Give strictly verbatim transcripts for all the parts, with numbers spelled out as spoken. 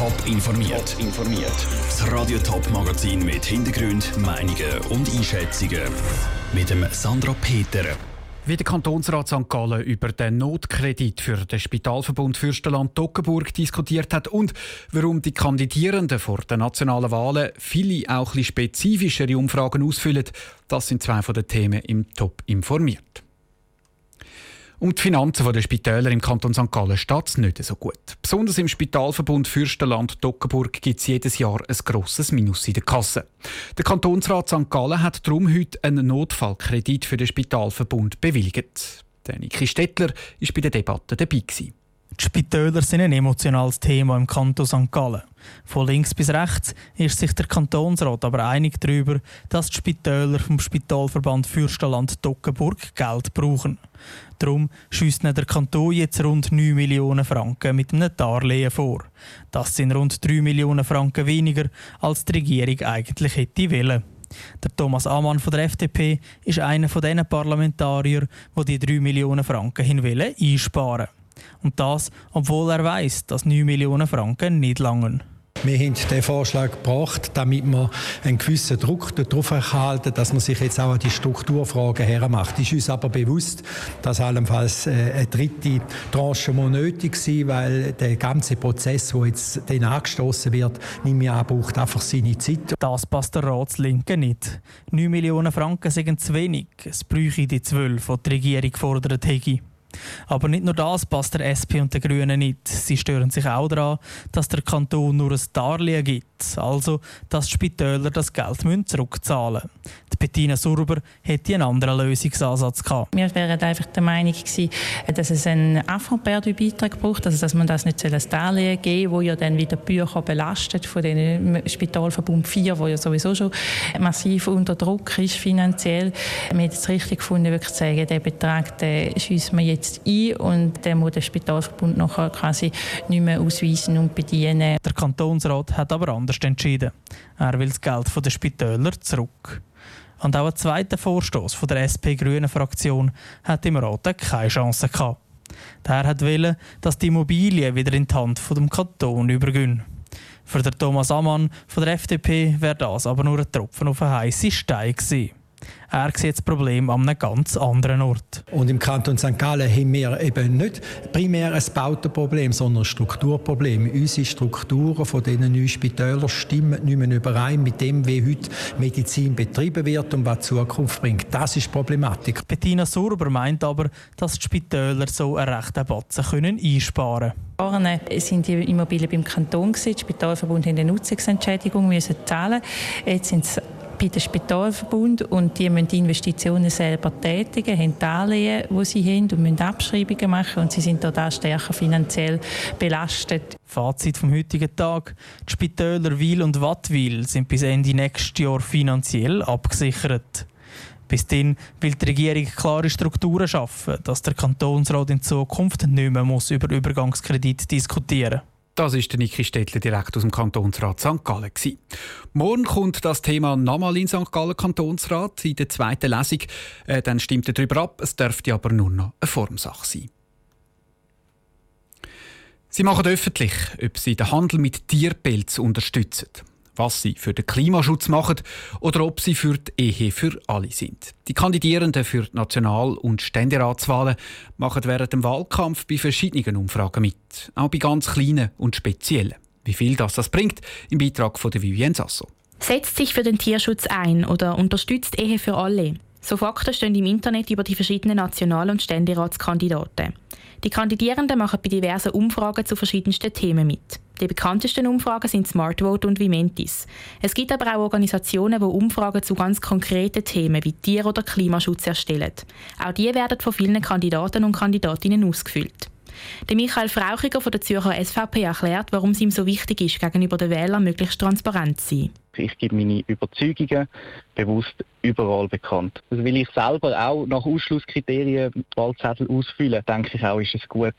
Top informiert. Top informiert. Das Radio Top Magazin mit Hintergrund, Meinungen und Einschätzungen mit dem Sandra Peter. Wie der Kantonsrat Sankt Gallen über den Notkredit für den Spitalverbund Fürstenland-Toggenburg diskutiert hat und warum die Kandidierenden vor den nationalen Wahlen viele auch ein bisschen spezifischere Umfragen ausfüllen, das sind zwei von den Themen im Top informiert. Um die Finanzen der Spitäler im Kanton Sankt Gallen steht es nicht so gut. Besonders im Spitalverbund Fürstenland-Toggenburg gibt es jedes Jahr ein grosses Minus in der Kasse. Der Kantonsrat Sankt Gallen hat darum heute einen Notfallkredit für den Spitalverbund bewilligt. Der Niki Stettler war bei der Debatte dabei gewesen. Die Spitäler sind ein emotionales Thema im Kanton Sankt Gallen. Von links bis rechts ist sich der Kantonsrat aber einig darüber, dass die Spitäler vom Spitalverband Fürstenland-Toggenburg Geld brauchen. Darum schiesst der Kanton jetzt rund neun Millionen Franken mit einem Darlehen vor. Das sind rund drei Millionen Franken weniger, als die Regierung eigentlich hätte wollen. Der Thomas Ammann von der F D P ist einer von diesen Parlamentariern, die die drei Millionen Franken hin wollen einsparen. Und das, obwohl er weiss, dass neun Millionen Franken nicht langen. Wir haben den Vorschlag gebracht, damit man einen gewissen Druck darauf erhalten, dass man sich jetzt auch an die Strukturfragen hermacht. Es ist uns aber bewusst, dass allenfalls eine dritte Tranche nötig sein, weil der ganze Prozess, der jetzt dann angestoßen wird, nicht mehr an, braucht einfach seine Zeit. Das passt der Ratslinke nicht. neun Millionen Franken sind zu wenig. Es bräuchte die zwölf, die die Regierung gefordert hätte. Aber nicht nur das passt der S P und den Grünen nicht. Sie stören sich auch daran, dass der Kanton nur ein Darlehen gibt, also dass die Spitäler das Geld zurückzahlen müssen. Die Bettina Surber hätte einen anderen Lösungsansatz gehabt. Wir wären einfach der Meinung gewesen, dass es einen Affront-Perdu-Beitrag braucht, also dass man das nicht als Darlehen geben soll, das ja dann wieder die Bücher belastet von den Spitalverbund vier, wo ja sowieso schon massiv unter Druck ist finanziell. Wir haben es richtig gefunden, wirklich zu sagen, den Betrag den schiessen wir jetzt ein und dann muss der Spitalverbund nachher quasi nicht mehr ausweisen und bedienen. Der Kantonsrat hat aber anders entschieden. Er will das Geld von den Spitälern zurück. Und auch ein zweiter Vorstoß von der S P-Grünen-Fraktion hat im Rat keine Chance gehabt. Der hat wollen, dass die Immobilien wieder in die Hand des Kantons übergehen. Für den Thomas Ammann von der F D P wäre das aber nur ein Tropfen auf einen heissen Stein gewesen. Er sieht das Problem an einem ganz anderen Ort. Und im Kanton Sankt Gallen haben wir eben nicht primär ein Bautenproblem, sondern ein Strukturproblem. Unsere Strukturen von diesen neuen Spitälern stimmen nicht mehr überein mit dem, wie heute Medizin betrieben wird und was die Zukunft bringt. Das ist die Problematik. Bettina Surber meint aber, dass die Spitäler so einen rechten Batzen können einsparen können. Vorne sind die Immobilien beim Kanton gewesen. Der Spitalverbund hat eine Nutzungsentschädigung müssen zahlen. Jetzt sind es bei dem Spitalverbund und die müssen die Investitionen selber tätigen, haben Darlehen, die sie haben und müssen Abschreibungen machen und sie sind da stärker finanziell belastet. Fazit vom heutigen Tag: Die Spitäler Wil und Wattwil sind bis Ende nächstes Jahr finanziell abgesichert. Bis dahin will die Regierung klare Strukturen schaffen, dass der Kantonsrat in Zukunft nicht mehr muss über Übergangskredit diskutieren muss. Das ist der Niki Stettler direkt aus dem Kantonsrat Sankt Gallen. Morgen kommt das Thema nochmal in Sankt Gallen Kantonsrat in der zweiten Lesung. Äh, dann stimmt er darüber ab. Es dürfte aber nur noch eine Formsache sein. Sie machen öffentlich, ob sie den Handel mit Tierpelz unterstützen, was sie für den Klimaschutz machen oder ob sie für die Ehe für alle sind. Die Kandidierenden für die National- und Ständeratswahlen machen während dem Wahlkampf bei verschiedenen Umfragen mit, auch bei ganz kleinen und speziellen. Wie viel das, das bringt, im Beitrag von der Vivienne Sasso. Setzt sich für den Tierschutz ein oder unterstützt Ehe für alle? So Fakten stehen im Internet über die verschiedenen National- und Ständeratskandidaten. Die Kandidierenden machen bei diversen Umfragen zu verschiedensten Themen mit. Die bekanntesten Umfragen sind Smartvote und Vimentis. Es gibt aber auch Organisationen, die Umfragen zu ganz konkreten Themen wie Tier- oder Klimaschutz erstellen. Auch die werden von vielen Kandidaten und Kandidatinnen ausgefüllt. Der Michael Frauchiger von der Zürcher S V P erklärt, warum es ihm so wichtig ist, gegenüber den Wählern möglichst transparent zu sein. Ich gebe meine Überzeugungen bewusst überall bekannt. Also weil ich selber auch nach Ausschlusskriterien Wahlzettel ausfülle, denke ich auch, ist es gut,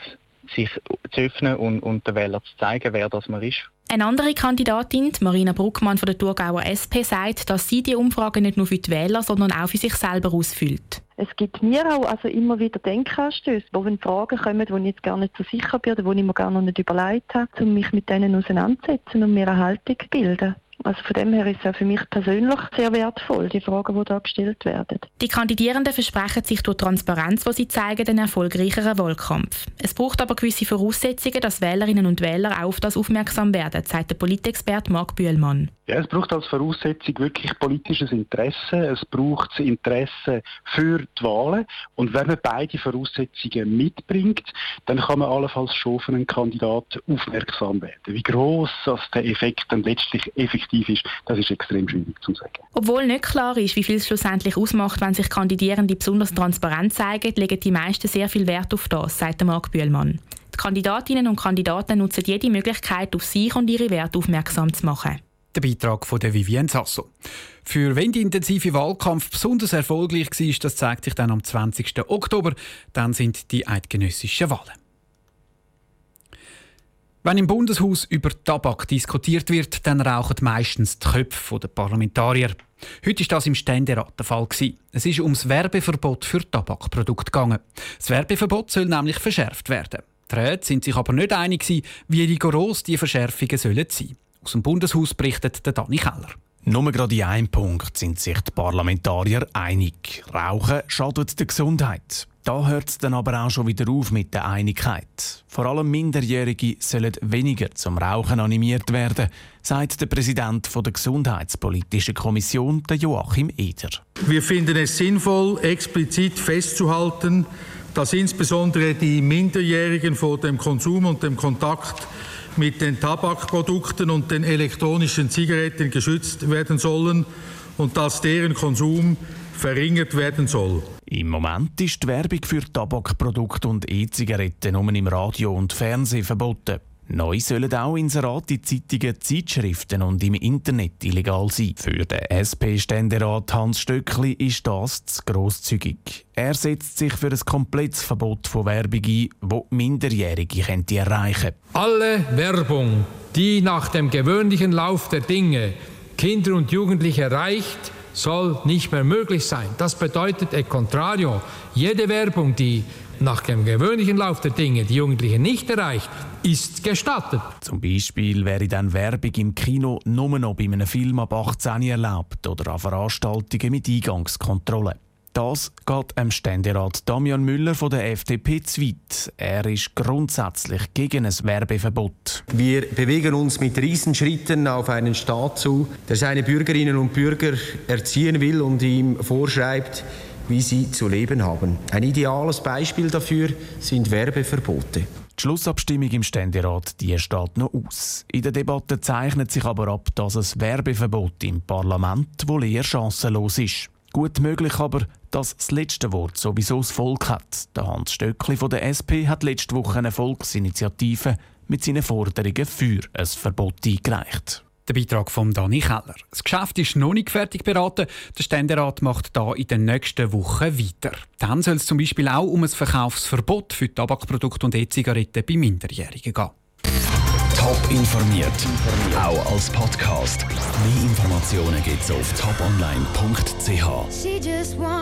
sich zu öffnen und, und den Wählern zu zeigen, wer das man ist. Eine andere Kandidatin, Marina Bruckmann von der Thurgauer S P, sagt, dass sie die Umfragen nicht nur für die Wähler, sondern auch für sich selber ausfüllt. Es gibt mir auch also immer wieder Denkanstöße, wo wenn Fragen kommen, wo ich jetzt gar nicht so sicher bin oder wo ich mir gar noch nicht überlegt habe, um mich mit denen auseinanderzusetzen und mir eine Haltung zu bilden. Also von dem her ist es auch für mich persönlich sehr wertvoll, die Fragen, die da gestellt werden. Die Kandidierenden versprechen sich durch Transparenz, die sie zeigen, einen erfolgreicheren Wahlkampf. Es braucht aber gewisse Voraussetzungen, dass Wählerinnen und Wähler auch auf das aufmerksam werden, sagt der Politexperte Marc Bühlmann. Ja, es braucht als Voraussetzung wirklich politisches Interesse. Es braucht das Interesse für die Wahlen. Und wenn man beide Voraussetzungen mitbringt, dann kann man allenfalls schon auf einen Kandidaten aufmerksam werden. Wie gross das der Effekt dann letztlich effektiv ist, das ist extrem schwierig zu sagen. Obwohl nicht klar ist, wie viel es schlussendlich ausmacht, wenn sich Kandidierende besonders transparent zeigen, legen die meisten sehr viel Wert auf das, sagt Marc Bühlmann. Die Kandidatinnen und Kandidaten nutzen jede Möglichkeit, auf sich und ihre Werte aufmerksam zu machen. Der Beitrag von der Vivienne Sasso. Für wen der intensive Wahlkampf besonders erfolgreich war, das zeigt sich dann am zwanzigsten Oktober. Dann sind die eidgenössischen Wahlen. Wenn im Bundeshaus über Tabak diskutiert wird, dann rauchen meistens die Köpfe der Parlamentarier. Heute war das im Ständerat der Fall. Es ist ums Werbeverbot für Tabakprodukte gegangen. Das Werbeverbot soll nämlich verschärft werden. Die Räte sind sich aber nicht einig, wie rigoros die Verschärfungen sollen sein. Aus dem Bundeshaus berichtet der Dani Keller. Nur gerade in einem Punkt sind sich die Parlamentarier einig. Rauchen schadet der Gesundheit. Da hört es dann aber auch schon wieder auf mit der Einigkeit. Vor allem Minderjährige sollen weniger zum Rauchen animiert werden, sagt der Präsident der Gesundheitspolitischen Kommission, der Joachim Eder. Wir finden es sinnvoll, explizit festzuhalten, dass insbesondere die Minderjährigen vor dem Konsum und dem Kontakt mit den Tabakprodukten und den elektronischen Zigaretten geschützt werden sollen und dass deren Konsum verringert werden soll. Im Moment ist die Werbung für Tabakprodukte und E-Zigaretten nur im Radio und Fernsehen verboten. Neu sollen auch Inserate in Zeitungen, Zeitschriften und im Internet illegal sein. Für den S P-Ständerat Hans Stöckli ist das zu grosszügig. Er setzt sich für ein komplettes Verbot von Werbung ein, das Minderjährige könnte erreichen. Alle Werbung, die nach dem gewöhnlichen Lauf der Dinge Kinder und Jugendliche erreicht, soll nicht mehr möglich sein. Das bedeutet e contrario, jede Werbung, die nach dem gewöhnlichen Lauf der Dinge die Jugendlichen nicht erreicht, ist gestattet. Zum Beispiel wäre dann Werbung im Kino nur noch bei einem Film ab achtzehn erlaubt oder an Veranstaltungen mit Eingangskontrolle. Das geht dem Ständerat Damian Müller von der F D P zu weit. Er ist grundsätzlich gegen ein Werbeverbot. Wir bewegen uns mit Riesenschritten auf einen Staat zu, der seine Bürgerinnen und Bürger erziehen will und ihm vorschreibt, wie sie zu leben haben. Ein ideales Beispiel dafür sind Werbeverbote. Die Schlussabstimmung im Ständerat die steht noch aus. In der Debatte zeichnet sich aber ab, dass ein Werbeverbot im Parlament wohl eher chancenlos ist. Gut möglich aber, dass das letzte Wort sowieso das Volk hat. Der Hans Stöckli von der S P hat letzte Woche eine Volksinitiative mit seinen Forderungen für ein Verbot eingereicht. Der Beitrag von Dani Keller. Das Geschäft ist noch nicht fertig beraten. Der Ständerat macht da in den nächsten Wochen weiter. Dann soll es zum Beispiel auch um ein Verkaufsverbot für Tabakprodukte und E-Zigaretten bei Minderjährigen gehen. Top informiert, auch als Podcast. Mehr Informationen gibt's auf top online punkt c h.